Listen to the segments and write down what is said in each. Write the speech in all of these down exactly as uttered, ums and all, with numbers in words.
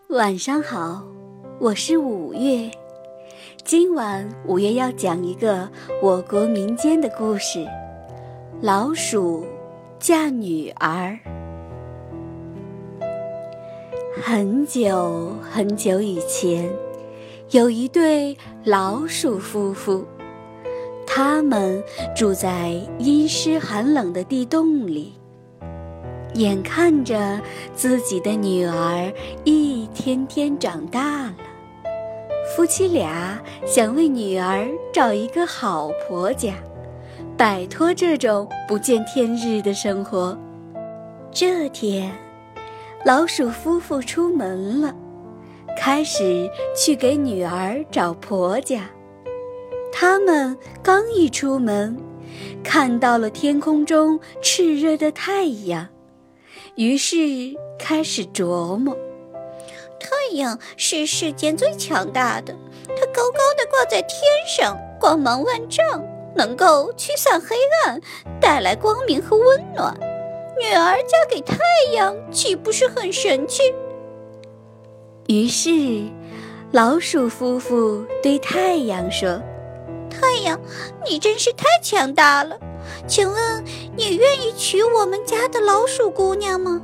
晚上好，我是五月。今晚五月要讲一个我国民间的故事《老鼠嫁女儿》。很久很久以前，有一对老鼠夫妇，他们住在阴湿寒冷的地洞里，眼看着自己的女儿一天天长大了，夫妻俩想为女儿找一个好婆家，摆脱这种不见天日的生活。这天，老鼠夫妇出门了，开始去给女儿找婆家。他们刚一出门，看到了天空中炽热的太阳，于是开始琢磨， 太阳是世间最强大的，它高高的挂在天上，光芒万丈，能够驱散黑暗，带来光明和温暖。女儿嫁给太阳，岂不是很神气？ 于是老鼠夫妇对太阳说， 太阳，你真是太强大了，请问你愿意娶我们家的老鼠姑娘吗？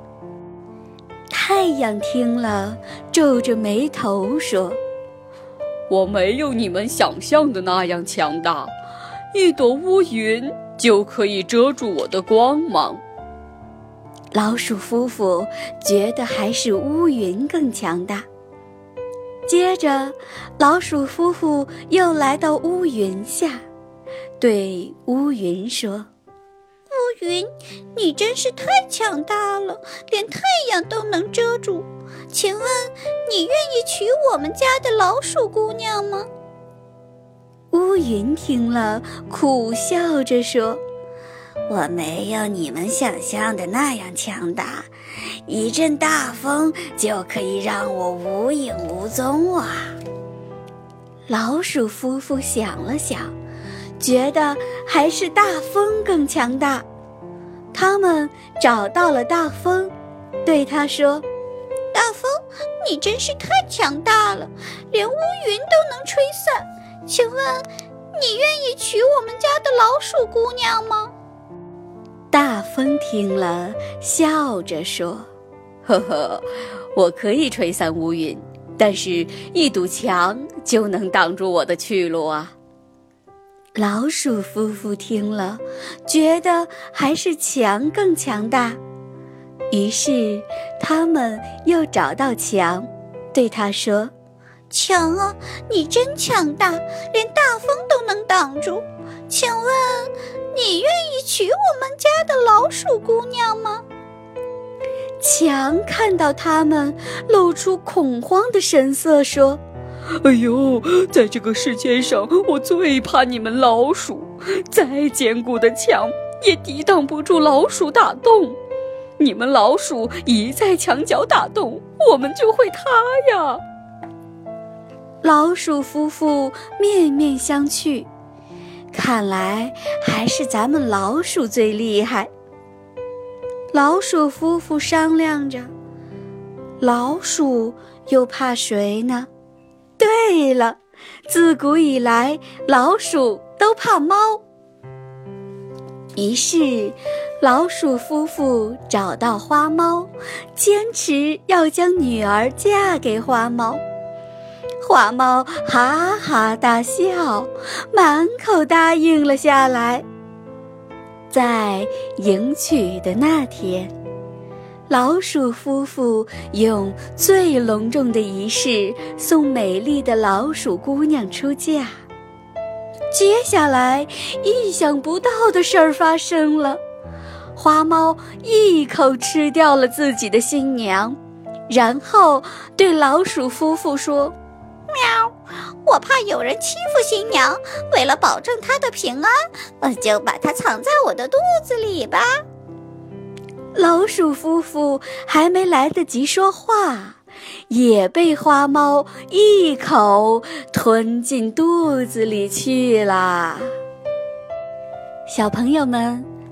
太阳听了，皱着眉头说， 我没有你们想象的那样强大，一朵乌云就可以遮住我的光芒。 老鼠夫妇觉得还是乌云更强大。接着，老鼠夫妇又来到乌云下，对乌云说， 乌云，你真是太强大了，连太阳都能遮住。请问你愿意娶我们家的老鼠姑娘吗？ 乌云听了，苦笑着说， 我没有你们想象的那样强大，一阵大风就可以让我无影无踪啊。 老鼠夫妇想了想，觉得还是大风更强大。他们找到了大风，对他说， 大风，你真是太强大了，连乌云都能吹散。请问你愿意娶我们家的老鼠姑娘吗？ 大风听了，笑着说， 呵呵，我可以吹散乌云，但是一堵墙就能挡住我的去路啊。 老鼠夫妇听了，觉得还是墙更强大，于是他们又找到墙，对他说， 墙啊，你真强大，连大风都能挡住。请问你愿意娶我们家的老鼠姑娘吗？ 墙看到他们，露出恐慌的神色，说， 哎呦，在这个世界上，我最怕你们老鼠，再坚固的墙也抵挡不住老鼠打洞。你们老鼠一在墙角打洞，我们就会塌呀。 老鼠夫妇面面相觑，看来还是咱们老鼠最厉害。老鼠夫妇商量着，老鼠又怕谁呢？对了，自古以来，老鼠都怕猫。于是，老鼠夫妇找到花猫，坚持要将女儿嫁给花猫。花猫哈哈大笑，满口答应了下来。在迎娶的那天，老鼠夫妇用最隆重的仪式送美丽的老鼠姑娘出嫁。接下来，意想不到的事儿发生了，花猫一口吃掉了自己的新娘，然后对老鼠夫妇说， 喵，我怕有人欺负新娘，为了保证她的平安，我就把她藏在我的肚子里吧。 老鼠夫妇还没来得及说话，也被花猫一口吞进肚子里去了。小朋友们，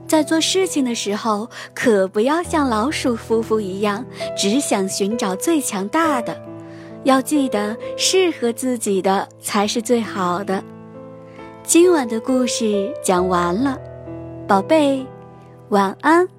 在做事情的时候，可不要像老鼠夫妇一样，只想寻找最强大的。要记得，适合自己的才是最好的。今晚的故事讲完了，宝贝，晚安。